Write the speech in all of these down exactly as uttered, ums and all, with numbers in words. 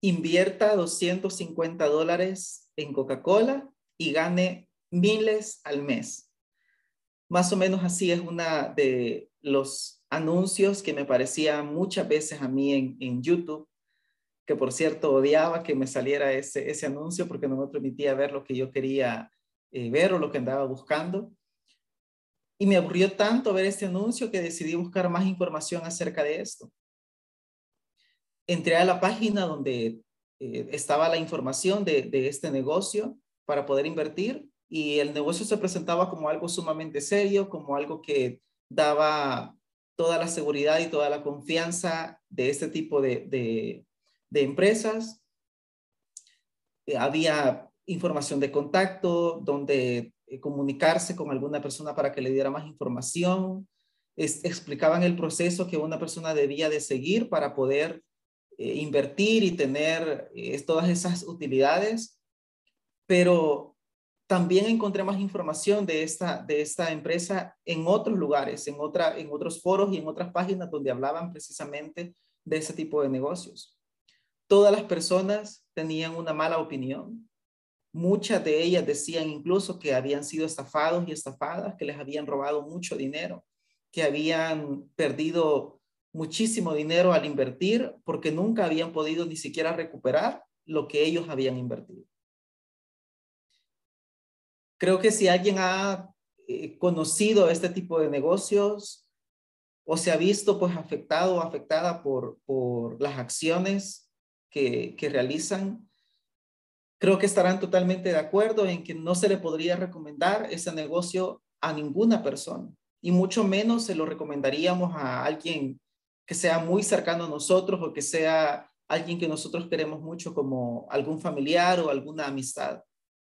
invierta doscientos cincuenta dólares en Coca-Cola y gane miles al mes. Más o menos así es una de los anuncios que me parecía muchas veces a mí en, en YouTube, que por cierto odiaba que me saliera ese, ese anuncio porque no me permitía ver lo que yo quería eh, ver o lo que andaba buscando. Y me aburrió tanto ver este anuncio que decidí buscar más información acerca de esto. Entré a la página donde eh, estaba la información de, de este negocio para poder invertir, y el negocio se presentaba como algo sumamente serio, como algo que daba toda la seguridad y toda la confianza de este tipo de, de, de empresas. Eh, había información de contacto, donde eh, comunicarse con alguna persona para que le diera más información. Es, explicaban el proceso que una persona debía de seguir para poder eh, invertir y tener eh, todas esas utilidades. Pero también encontré más información de esta, de esta empresa en otros lugares, en, otra, en otros foros y en otras páginas donde hablaban precisamente de ese tipo de negocios. Todas las personas tenían una mala opinión. Muchas de ellas decían incluso que habían sido estafados y estafadas, que les habían robado mucho dinero, que habían perdido muchísimo dinero al invertir porque nunca habían podido ni siquiera recuperar lo que ellos habían invertido. Creo que si alguien ha eh, conocido este tipo de negocios o se ha visto pues afectado o afectada por, por las acciones que, que realizan, creo que estarán totalmente de acuerdo en que no se le podría recomendar ese negocio a ninguna persona, y mucho menos se lo recomendaríamos a alguien que sea muy cercano a nosotros o que sea alguien que nosotros queremos mucho, como algún familiar o alguna amistad.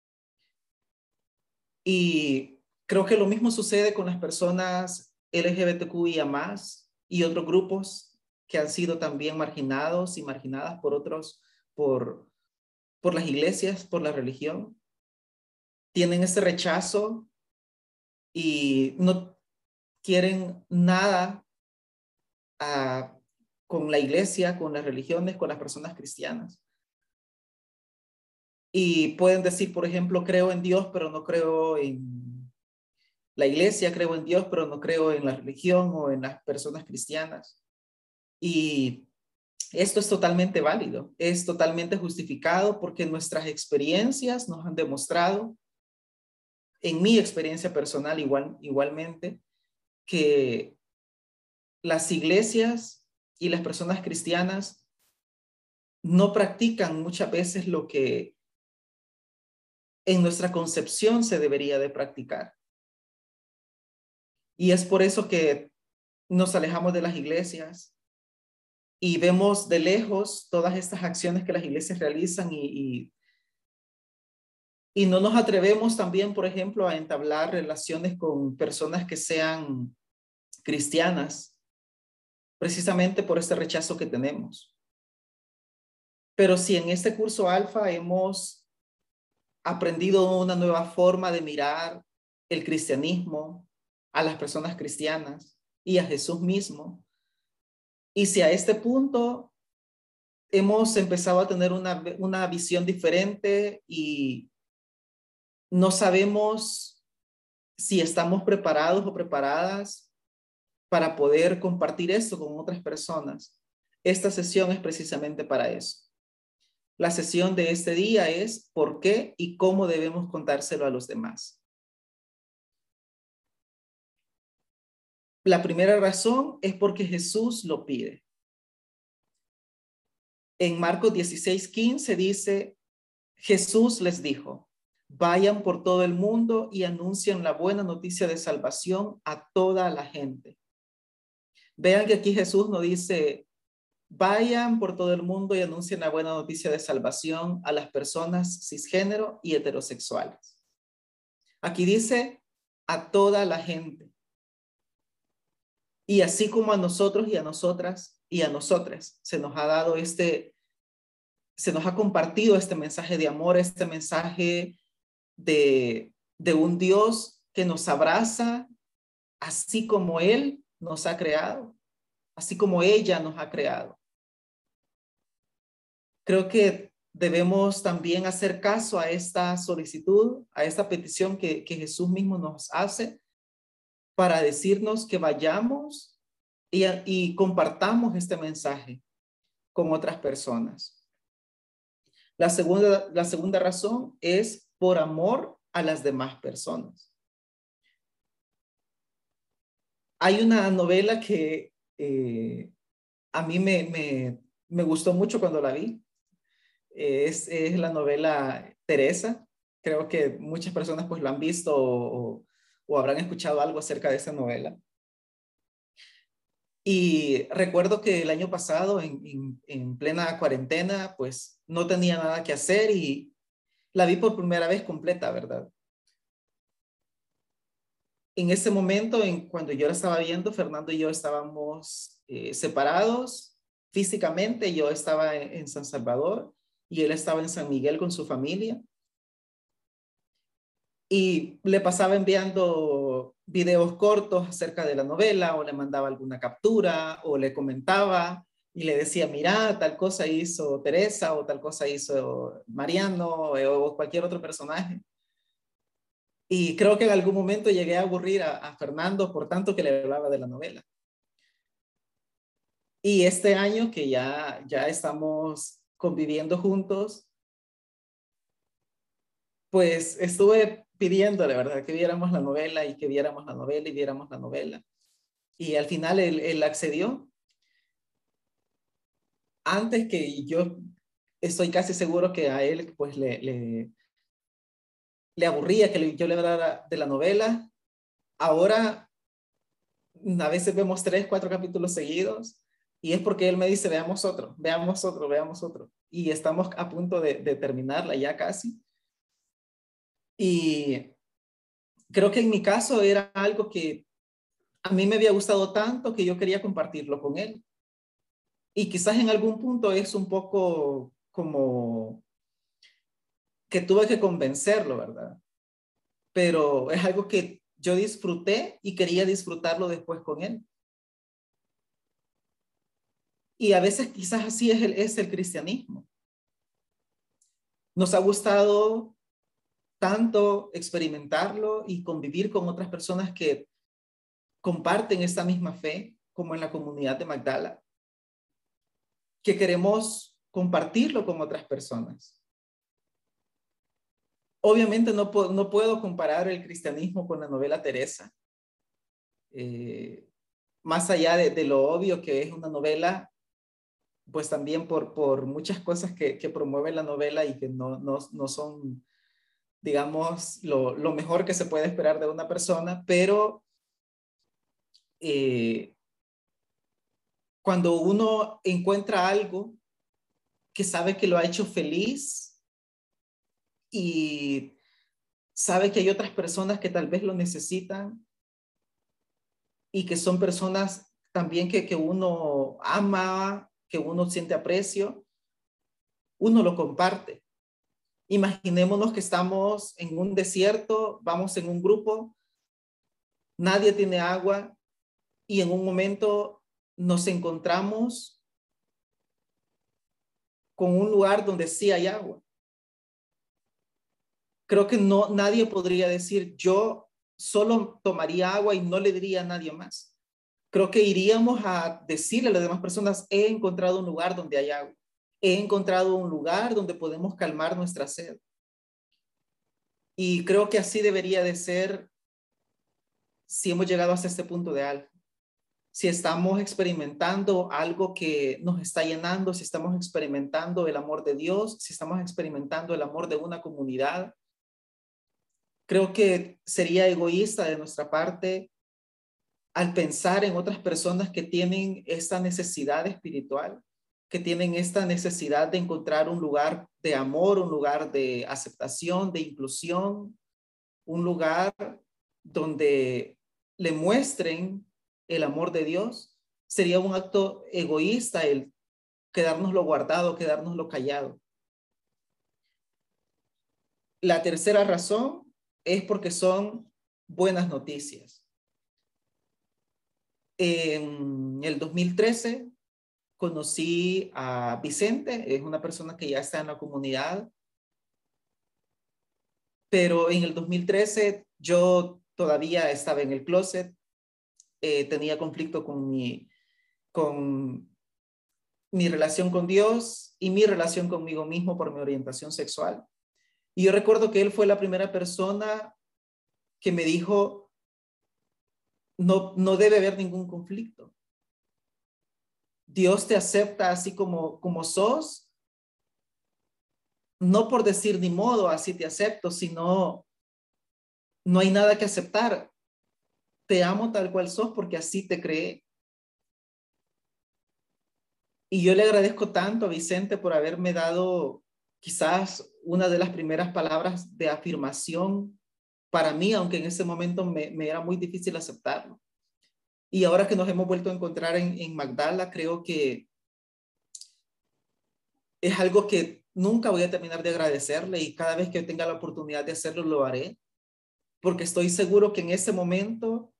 Y creo que lo mismo sucede con las personas L G B T Q I A más, y otros grupos que han sido también marginados y marginadas por otros, por, por las iglesias, por la religión. Tienen ese rechazo y no quieren nada uh, con la iglesia, con las religiones, con las personas cristianas. Y pueden decir, por ejemplo, creo en Dios, pero no creo en la iglesia, creo en Dios, pero no creo en la religión o en las personas cristianas. Y esto es totalmente válido, es totalmente justificado, porque nuestras experiencias nos han demostrado, en mi experiencia personal igual, igualmente, que las iglesias y las personas cristianas no practican muchas veces lo que en nuestra concepción se debería de practicar. Y es por eso que nos alejamos de las iglesias y vemos de lejos todas estas acciones que las iglesias realizan, y, y, y no nos atrevemos también, por ejemplo, a entablar relaciones con personas que sean cristianas, precisamente por este rechazo que tenemos. Pero si en este curso alfa hemos aprendido una nueva forma de mirar el cristianismo, a las personas cristianas y a Jesús mismo, y si a este punto hemos empezado a tener una, una visión diferente y no sabemos si estamos preparados o preparadas para poder compartir esto con otras personas, esta sesión es precisamente para eso. La sesión de este día es por qué y cómo debemos contárselo a los demás. La primera razón es porque Jesús lo pide. En Marcos dieciséis quince dice, Jesús les dijo, vayan por todo el mundo y anuncien la buena noticia de salvación a toda la gente. Vean que aquí Jesús no dice, vayan por todo el mundo y anuncien la buena noticia de salvación a las personas cisgénero y heterosexuales. Aquí dice, a toda la gente. Y así como a nosotros y a nosotras y a nosotras se nos ha dado este, se nos ha compartido este mensaje de amor, este mensaje de, de un Dios que nos abraza, así como Él nos ha creado, así como ella nos ha creado. creo que debemos también hacer caso a esta solicitud, a esta petición que, que Jesús mismo nos hace para decirnos que vayamos y, y compartamos este mensaje con otras personas. La segunda, la segunda razón es por amor a las demás personas. Hay una novela que eh, a mí me, me, me gustó mucho cuando la vi. Es, es la novela Teresa. Creo que muchas personas pues lo han visto o, o habrán escuchado algo acerca de esa novela. Y recuerdo que el año pasado, en, en, en plena cuarentena, pues no tenía nada que hacer y la vi por primera vez completa, ¿verdad? En ese momento, en, cuando yo la estaba viendo, Fernando y yo estábamos eh, separados físicamente. Yo estaba en, en San Salvador y él estaba en San Miguel con su familia. Y le pasaba enviando videos cortos acerca de la novela, o le mandaba alguna captura, o le comentaba y le decía, mira, tal cosa hizo Teresa, o tal cosa hizo Mariano, o cualquier otro personaje. Y creo que en algún momento llegué a aburrir a, a Fernando por tanto que le hablaba de la novela. Y este año que ya, ya estamos conviviendo juntos, pues estuve pidiéndole, ¿verdad? Que viéramos la novela y que viéramos la novela y viéramos la novela. Y al final él, él accedió. Antes que yo estoy casi seguro que a él pues le, le, le aburría que yo le hablara de la novela. Ahora a veces vemos tres, cuatro capítulos seguidos y es porque él me dice, veamos otro, veamos otro, veamos otro. Y estamos a punto de, de terminarla ya casi. Y creo que en mi caso era algo que a mí me había gustado tanto que yo quería compartirlo con él. Y quizás en algún punto es un poco como que tuve que convencerlo, ¿verdad? Pero es algo que yo disfruté y quería disfrutarlo después con él. Y a veces quizás así es el, es el cristianismo. Nos ha gustado tanto experimentarlo y convivir con otras personas que comparten esta misma fe, como en la comunidad de Magdala, que queremos compartirlo con otras personas. Obviamente no, no puedo comparar el cristianismo con la novela Teresa. Eh, más allá de, de lo obvio que es una novela, pues también por, por muchas cosas que, que promueve la novela y que no, no, no son, digamos, lo, lo mejor que se puede esperar de una persona, pero eh, cuando uno encuentra algo que sabe que lo ha hecho feliz y sabe que hay otras personas que tal vez lo necesitan y que son personas también que, que uno ama, que uno siente aprecio, uno lo comparte. Imaginémonos que estamos en un desierto, vamos en un grupo, nadie tiene agua y en un momento nos encontramos con un lugar donde sí hay agua. Creo que no, nadie podría decir, yo solo tomaría agua y no le diría a nadie más. Creo que iríamos a decirle a las demás personas, he encontrado un lugar donde hay agua. He encontrado un lugar donde podemos calmar nuestra sed. Y creo que así debería de ser si hemos llegado hasta este punto de algo. Si estamos experimentando algo que nos está llenando, si estamos experimentando el amor de Dios, si estamos experimentando el amor de una comunidad, creo que sería egoísta de nuestra parte al pensar en otras personas que tienen esta necesidad espiritual, que tienen esta necesidad de encontrar un lugar de amor, un lugar de aceptación, de inclusión, un lugar donde le muestren el amor de Dios. Sería un acto egoísta el quedárnoslo guardado, quedárnoslo callado. La tercera razón es porque son buenas noticias. En el dos mil trece conocí a Vicente, es una persona que ya está en la comunidad, pero en el dos mil trece yo todavía estaba en el closet, eh, tenía conflicto con mi, con mi relación con Dios y mi relación conmigo mismo por mi orientación sexual. Y yo recuerdo que él fue la primera persona que me dijo, no, no debe haber ningún conflicto. Dios te acepta así como, como sos, no por decir ni modo, así te acepto, sino no hay nada que aceptar. Te amo tal cual sos porque así te creé. Y yo le agradezco tanto a Vicente por haberme dado quizás una de las primeras palabras de afirmación para mí, aunque en ese momento me, me era muy difícil aceptarlo. Y ahora que nos hemos vuelto a encontrar en, en Magdala, creo que es algo que nunca voy a terminar de agradecerle y cada vez que tenga la oportunidad de hacerlo, lo haré, porque estoy seguro que en ese momento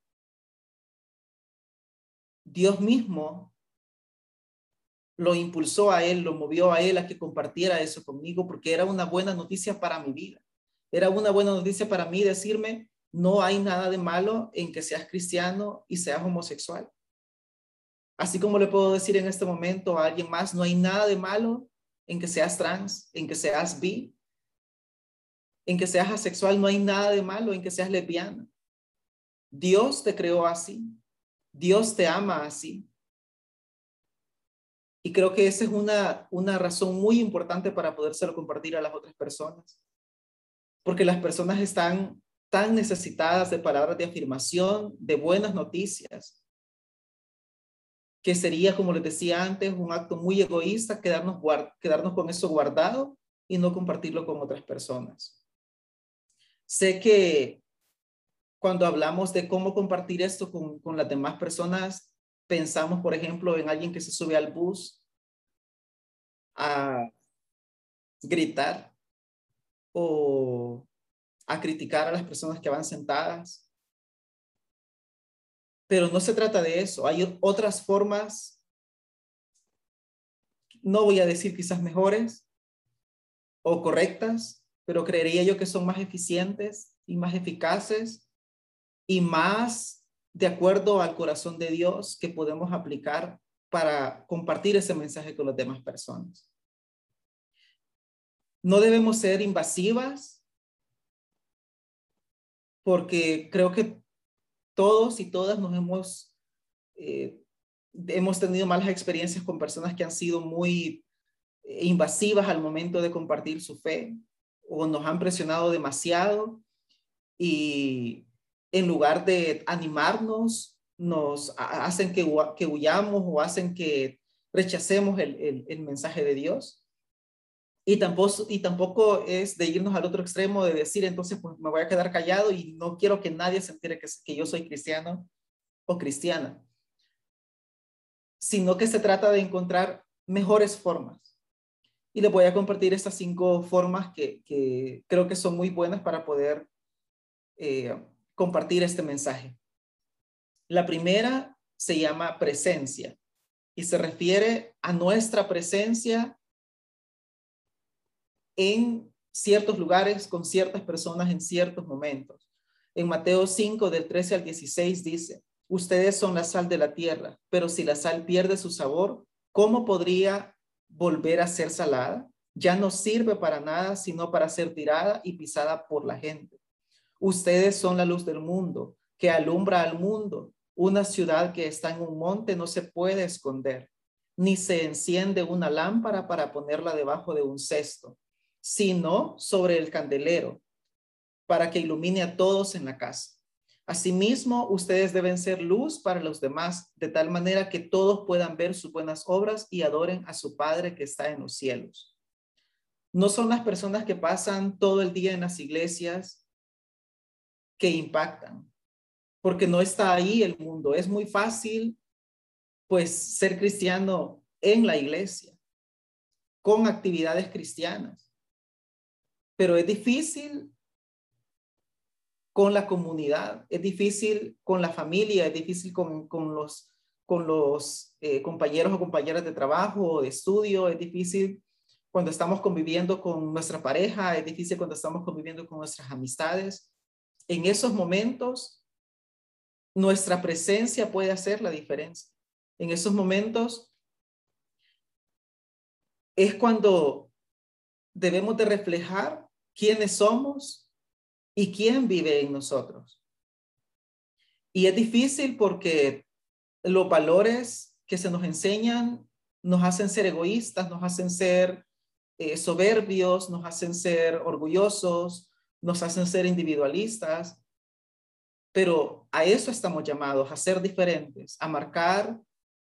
Dios mismo lo impulsó a él, lo movió a él a que compartiera eso conmigo, porque era una buena noticia para mi vida. Era una buena noticia para mí decirme, no hay nada de malo en que seas cristiano y seas homosexual. Así como le puedo decir en este momento a alguien más, no hay nada de malo en que seas trans, en que seas bi, en que seas asexual, no hay nada de malo en que seas lesbiana. Dios te creó así. Dios te ama así. Y creo que esa es una, una razón muy importante para podérselo compartir a las otras personas. Porque las personas están tan necesitadas de palabras de afirmación, de buenas noticias, que sería, como les decía antes, un acto muy egoísta quedarnos, guard, quedarnos con eso guardado y no compartirlo con otras personas. Sé que cuando hablamos de cómo compartir esto con, con las demás personas, pensamos, por ejemplo, en alguien que se sube al bus a gritar o a criticar a las personas que van sentadas. Pero no se trata de eso. Hay otras formas, no voy a decir quizás mejores o correctas, pero creería yo que son más eficientes y más eficaces y más de acuerdo al corazón de Dios que podemos aplicar para compartir ese mensaje con las demás personas. No debemos ser invasivas porque creo que todos y todas nos hemos, eh, hemos tenido malas experiencias con personas que han sido muy invasivas al momento de compartir su fe o nos han presionado demasiado y en lugar de animarnos, nos hacen que, que huyamos o hacen que rechacemos el, el, el mensaje de Dios. Y tampoco, y tampoco es de irnos al otro extremo de decir, entonces pues me voy a quedar callado y no quiero que nadie se entere que, que yo soy cristiano o cristiana, sino que se trata de encontrar mejores formas. Y les voy a compartir estas cinco formas que, que creo que son muy buenas para poder eh, compartir este mensaje. La primera se llama presencia y se refiere a nuestra presencia en ciertos lugares, con ciertas personas en ciertos momentos. En Mateo cinco, del trece al dieciséis dice, ustedes son la sal de la tierra, pero si la sal pierde su sabor, ¿cómo podría volver a ser salada? Ya no sirve para nada, sino para ser tirada y pisada por la gente. Ustedes son la luz del mundo, que alumbra al mundo. Una ciudad que está en un monte no se puede esconder, ni se enciende una lámpara para ponerla debajo de un cesto, sino sobre el candelero, para que ilumine a todos en la casa. Asimismo, ustedes deben ser luz para los demás, de tal manera que todos puedan ver sus buenas obras y adoren a su Padre que está en los cielos. No son las personas que pasan todo el día en las iglesias que impactan, porque no está ahí el mundo. Es muy fácil, pues, ser cristiano en la iglesia, con actividades cristianas, pero es difícil con la comunidad, es difícil con la familia, es difícil con, con, los, con los eh, compañeros o compañeras de trabajo o de estudio, es difícil cuando estamos conviviendo con nuestra pareja, es difícil cuando estamos conviviendo con nuestras amistades. En esos momentos, nuestra presencia puede hacer la diferencia. En esos momentos es cuando debemos de reflejar quiénes somos y quién vive en nosotros. Y es difícil porque los valores que se nos enseñan nos hacen ser egoístas, nos hacen ser eh, soberbios, nos hacen ser orgullosos, nos hacen ser individualistas, pero a eso estamos llamados, a ser diferentes, a marcar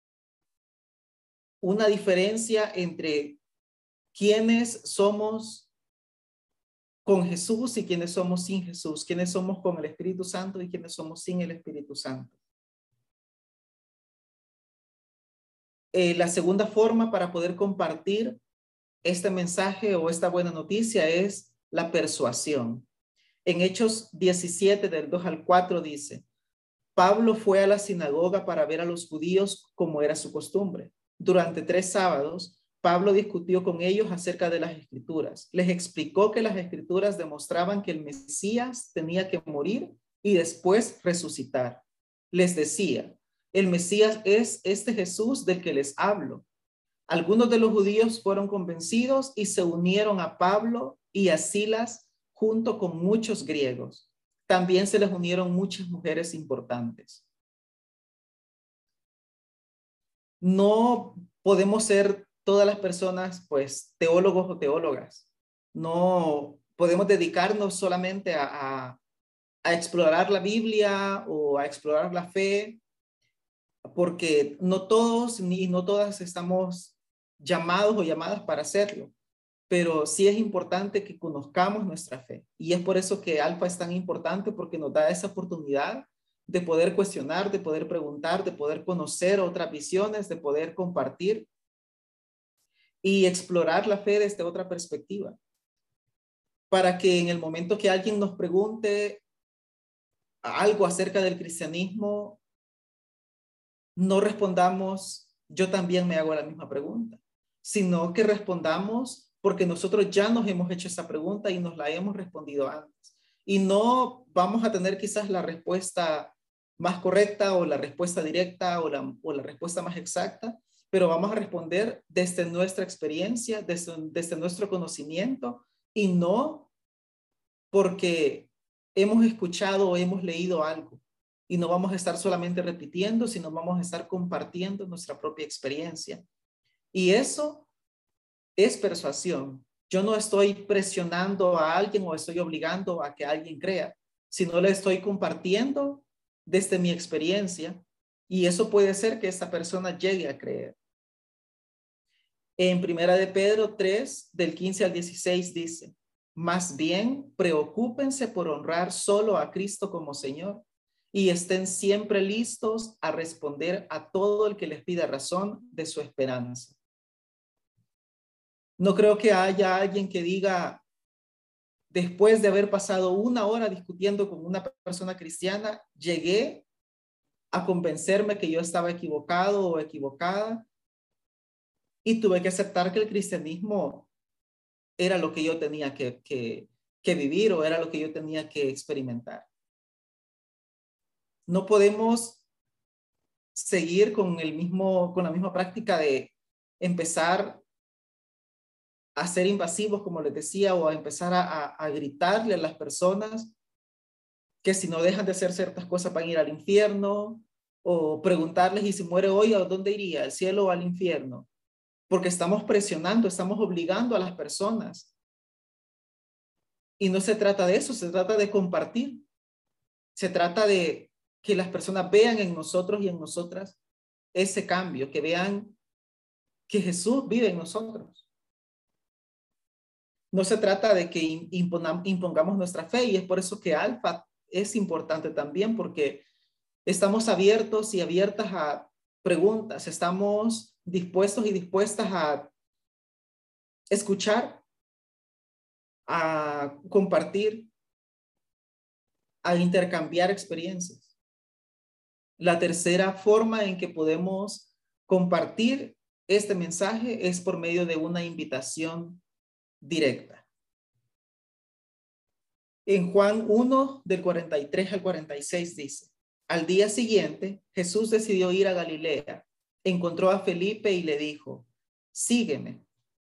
una diferencia entre quienes somos con Jesús y quienes somos sin Jesús, quienes somos con el Espíritu Santo y quienes somos sin el Espíritu Santo. Eh, la segunda forma para poder compartir este mensaje o esta buena noticia es la persuasión. En Hechos diecisiete, del dos al cuatro dice, Pablo fue a la sinagoga para ver a los judíos como era su costumbre. Durante tres sábados, Pablo discutió con ellos acerca de las escrituras. Les explicó que las escrituras demostraban que el Mesías tenía que morir y después resucitar. Les decía, el Mesías es este Jesús del que les hablo. Algunos de los judíos fueron convencidos y se unieron a Pablo y a Silas junto con muchos griegos. También se les unieron muchas mujeres importantes. No podemos ser todas las personas, pues, teólogos o teólogas. No podemos dedicarnos solamente a, a, a explorar la Biblia o a explorar la fe, porque no todos ni no todas estamos llamados o llamadas para hacerlo. Pero sí es importante que conozcamos nuestra fe. Y es por eso que Alfa es tan importante, porque nos da esa oportunidad de poder cuestionar, de poder preguntar, de poder conocer otras visiones, de poder compartir y explorar la fe desde otra perspectiva. Para que en el momento que alguien nos pregunte algo acerca del cristianismo, no respondamos, yo también me hago la misma pregunta, sino que respondamos porque nosotros ya nos hemos hecho esa pregunta y nos la hemos respondido antes. Y no vamos a tener quizás la respuesta más correcta o la respuesta directa o la, o la respuesta más exacta, pero vamos a responder desde nuestra experiencia, desde, desde nuestro conocimiento y no porque hemos escuchado o hemos leído algo. Y no vamos a estar solamente repitiendo, sino vamos a estar compartiendo nuestra propia experiencia. Y eso es persuasión. Yo no estoy presionando a alguien o estoy obligando a que alguien crea, sino le estoy compartiendo desde mi experiencia y eso puede ser que esa persona llegue a creer. En Primera de Pedro tres, del quince al dieciséis dice, más bien preocúpense por honrar solo a Cristo como Señor y estén siempre listos a responder a todo el que les pida razón de su esperanza. No creo que haya alguien que diga, después de haber pasado una hora discutiendo con una persona cristiana, llegué a convencerme que yo estaba equivocado o equivocada y tuve que aceptar que el cristianismo era lo que yo tenía que, que, que vivir o era lo que yo tenía que experimentar. No podemos seguir con, el mismo, con la misma práctica de empezar a ser invasivos, como les decía, o a empezar a, a, a gritarle a las personas que si no dejan de hacer ciertas cosas van a ir al infierno, o preguntarles, y si muere hoy, ¿a dónde iría? ¿Al cielo o al infierno? Porque estamos presionando, estamos obligando a las personas. Y no se trata de eso, se trata de compartir. Se trata de que las personas vean en nosotros y en nosotras ese cambio, que vean que Jesús vive en nosotros. No se trata de que impongamos nuestra fe, y es por eso que Alfa es importante también, porque estamos abiertos y abiertas a preguntas, estamos dispuestos y dispuestas a escuchar, a compartir, a intercambiar experiencias. La tercera forma en que podemos compartir este mensaje es por medio de una invitación directa. En Juan uno, del cuarenta y tres al cuarenta y seis dice: al día siguiente, Jesús decidió ir a Galilea. Encontró a Felipe y le dijo: sígueme.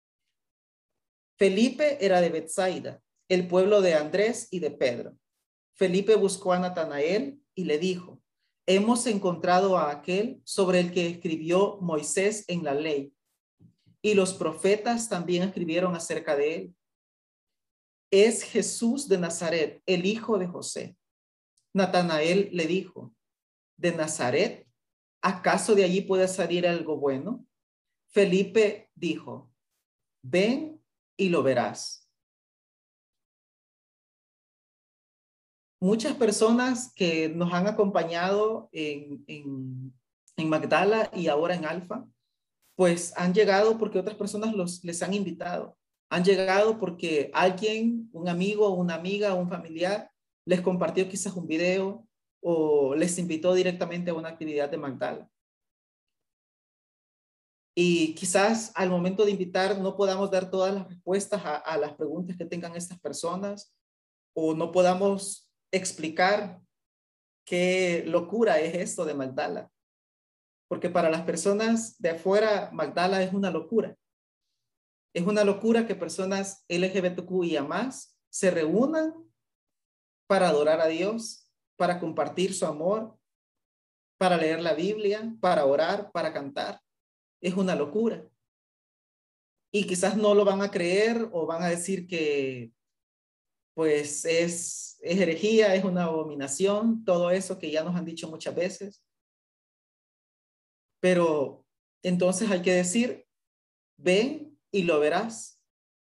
Felipe era de Betsaida, el pueblo de Andrés y de Pedro. Felipe buscó a Natanael y le dijo: hemos encontrado a aquel sobre el que escribió Moisés en la ley, y los profetas también escribieron acerca de él. Es Jesús de Nazaret, el hijo de José. Natanael le dijo: ¿de Nazaret? ¿Acaso de allí puede salir algo bueno? Felipe dijo: ven y lo verás. Muchas personas que nos han acompañado en, en, en Magdala y ahora en Alfa, pues han llegado porque otras personas los, les han invitado. Han llegado porque alguien, un amigo, una amiga, un familiar, les compartió quizás un video o les invitó directamente a una actividad de Magdala. Y quizás al momento de invitar no podamos dar todas las respuestas a, a las preguntas que tengan estas personas, o no podamos explicar qué locura es esto de Magdala. Porque para las personas de afuera, Magdala es una locura. Es una locura que personas L G B T Q I A más se reúnan para adorar a Dios, para compartir su amor, para leer la Biblia, para orar, para cantar. Es una locura. Y quizás no lo van a creer o van a decir que pues es, es herejía, es una abominación, todo eso que ya nos han dicho muchas veces. Pero entonces hay que decir: ven y lo verás.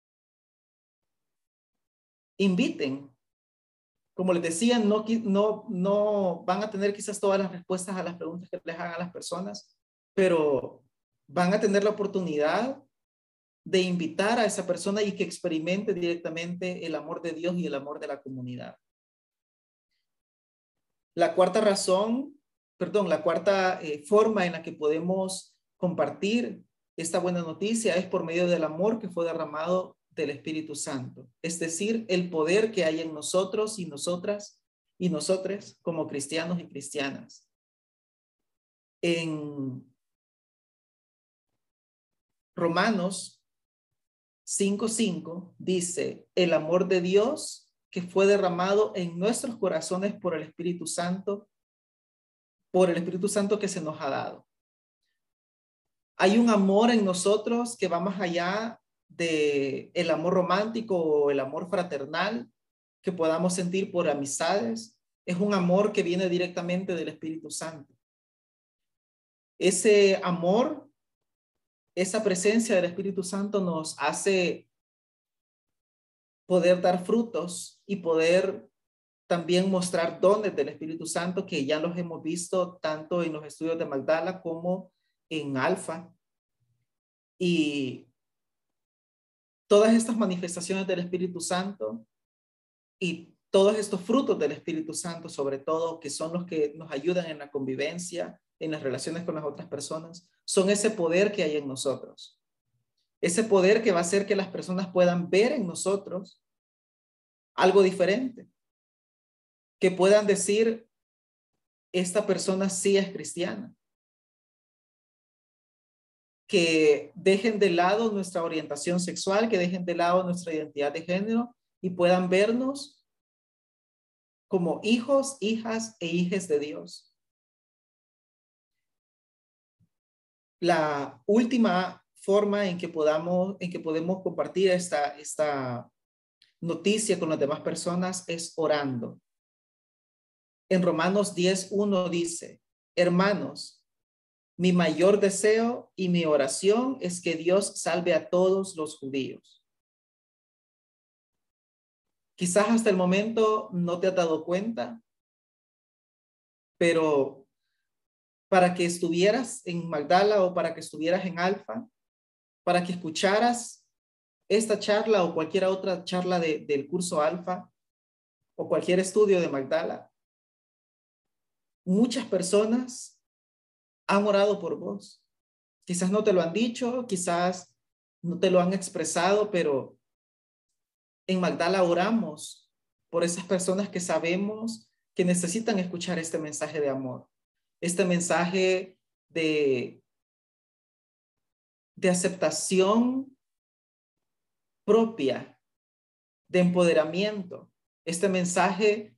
Inviten. Como les decía, no, no, no van a tener quizás todas las respuestas a las preguntas que les hagan las personas, pero van a tener la oportunidad de invitar a esa persona y que experimente directamente el amor de Dios y el amor de la comunidad. La cuarta razón, perdón, la cuarta eh, forma en la que podemos compartir esta buena noticia es por medio del amor que fue derramado del Espíritu Santo, es decir, el poder que hay en nosotros y nosotras y nosotros como cristianos y cristianas. En Romanos cinco cinco dice: el amor de Dios que fue derramado en nuestros corazones por el Espíritu Santo, por el Espíritu Santo que se nos ha dado. Hay un amor en nosotros que va más allá de el amor romántico o el amor fraternal que podamos sentir por amistades. Es un amor que viene directamente del Espíritu Santo. Ese amor, esa presencia del Espíritu Santo nos hace poder dar frutos y poder también mostrar dones del Espíritu Santo que ya los hemos visto tanto en los estudios de Magdala como en Alfa. Y todas estas manifestaciones del Espíritu Santo y todos estos frutos del Espíritu Santo, sobre todo, que son los que nos ayudan en la convivencia, en las relaciones con las otras personas, son ese poder que hay en nosotros. Ese poder que va a hacer que las personas puedan ver en nosotros algo diferente. Que puedan decir: esta persona sí es cristiana. Que dejen de lado nuestra orientación sexual, que dejen de lado nuestra identidad de género y puedan vernos como hijos, hijas e hijes de Dios. La última forma en que podamos, en que podemos compartir esta, esta noticia con las demás personas es orando. En Romanos diez uno dice: hermanos, mi mayor deseo y mi oración es que Dios salve a todos los judíos. Quizás hasta el momento no te has dado cuenta, pero para que estuvieras en Magdala o para que estuvieras en Alfa, para que escucharas esta charla o cualquier otra charla de, del curso Alfa o cualquier estudio de Magdala, muchas personas han orado por vos. Quizás no te lo han dicho, quizás no te lo han expresado, pero en Magdala oramos por esas personas que sabemos que necesitan escuchar este mensaje de amor, este mensaje de, de aceptación propia, de empoderamiento, este mensaje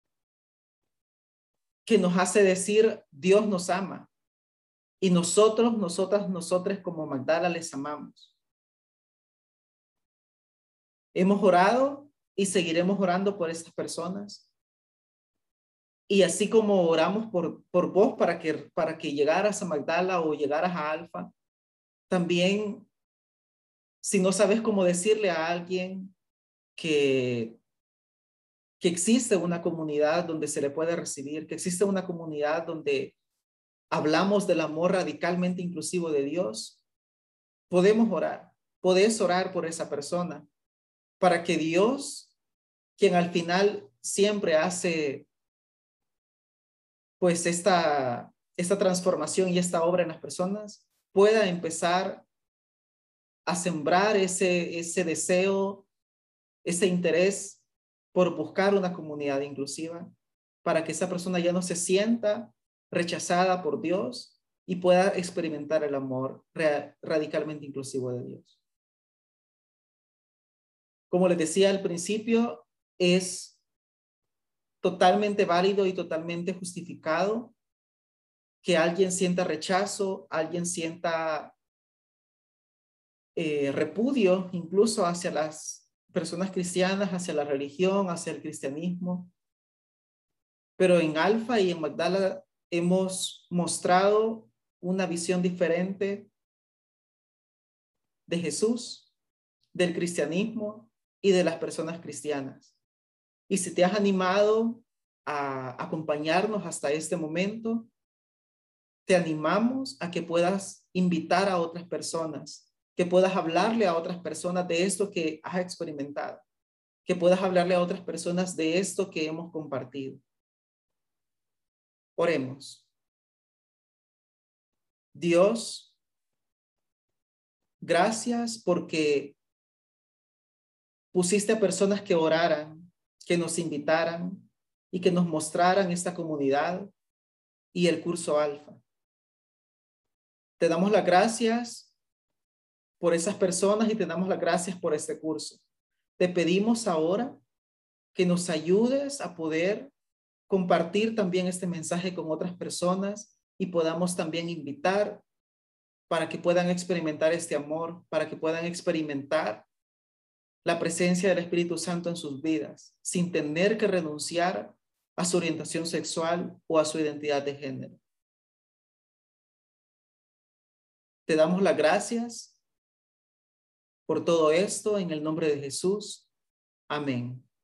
que nos hace decir Dios nos ama y nosotros, nosotras, nosotros como Magdala les amamos. Hemos orado y seguiremos orando por estas personas. Y así como oramos por, por vos para que, para que llegaras a Magdala o llegaras a Alfa, también si no sabes cómo decirle a alguien que, que existe una comunidad donde se le puede recibir, que existe una comunidad donde hablamos del amor radicalmente inclusivo de Dios, podemos orar, podés orar por esa persona para que Dios, quien al final siempre hace pues esta, esta transformación y esta obra en las personas, pueda empezar a sembrar ese, ese deseo, ese interés por buscar una comunidad inclusiva, para que esa persona ya no se sienta rechazada por Dios y pueda experimentar el amor radicalmente inclusivo de Dios. Como les decía al principio, es totalmente válido y totalmente justificado que alguien sienta rechazo, alguien sienta eh, repudio incluso hacia las personas cristianas, hacia la religión, hacia el cristianismo. Pero en Alfa y en Magdala hemos mostrado una visión diferente de Jesús, del cristianismo y de las personas cristianas. Y si te has animado a acompañarnos hasta este momento, te animamos a que puedas invitar a otras personas, que puedas hablarle a otras personas de esto que has experimentado, que puedas hablarle a otras personas de esto que hemos compartido. Oremos. Dios, gracias porque pusiste a personas que oraran, que nos invitaran y que nos mostraran esta comunidad y el curso Alfa. Te damos las gracias por esas personas y te damos las gracias por este curso. Te pedimos ahora que nos ayudes a poder compartir también este mensaje con otras personas y podamos también invitar para que puedan experimentar este amor, para que puedan experimentar la presencia del Espíritu Santo en sus vidas, sin tener que renunciar a su orientación sexual o a su identidad de género. Te damos las gracias por todo esto en el nombre de Jesús. Amén.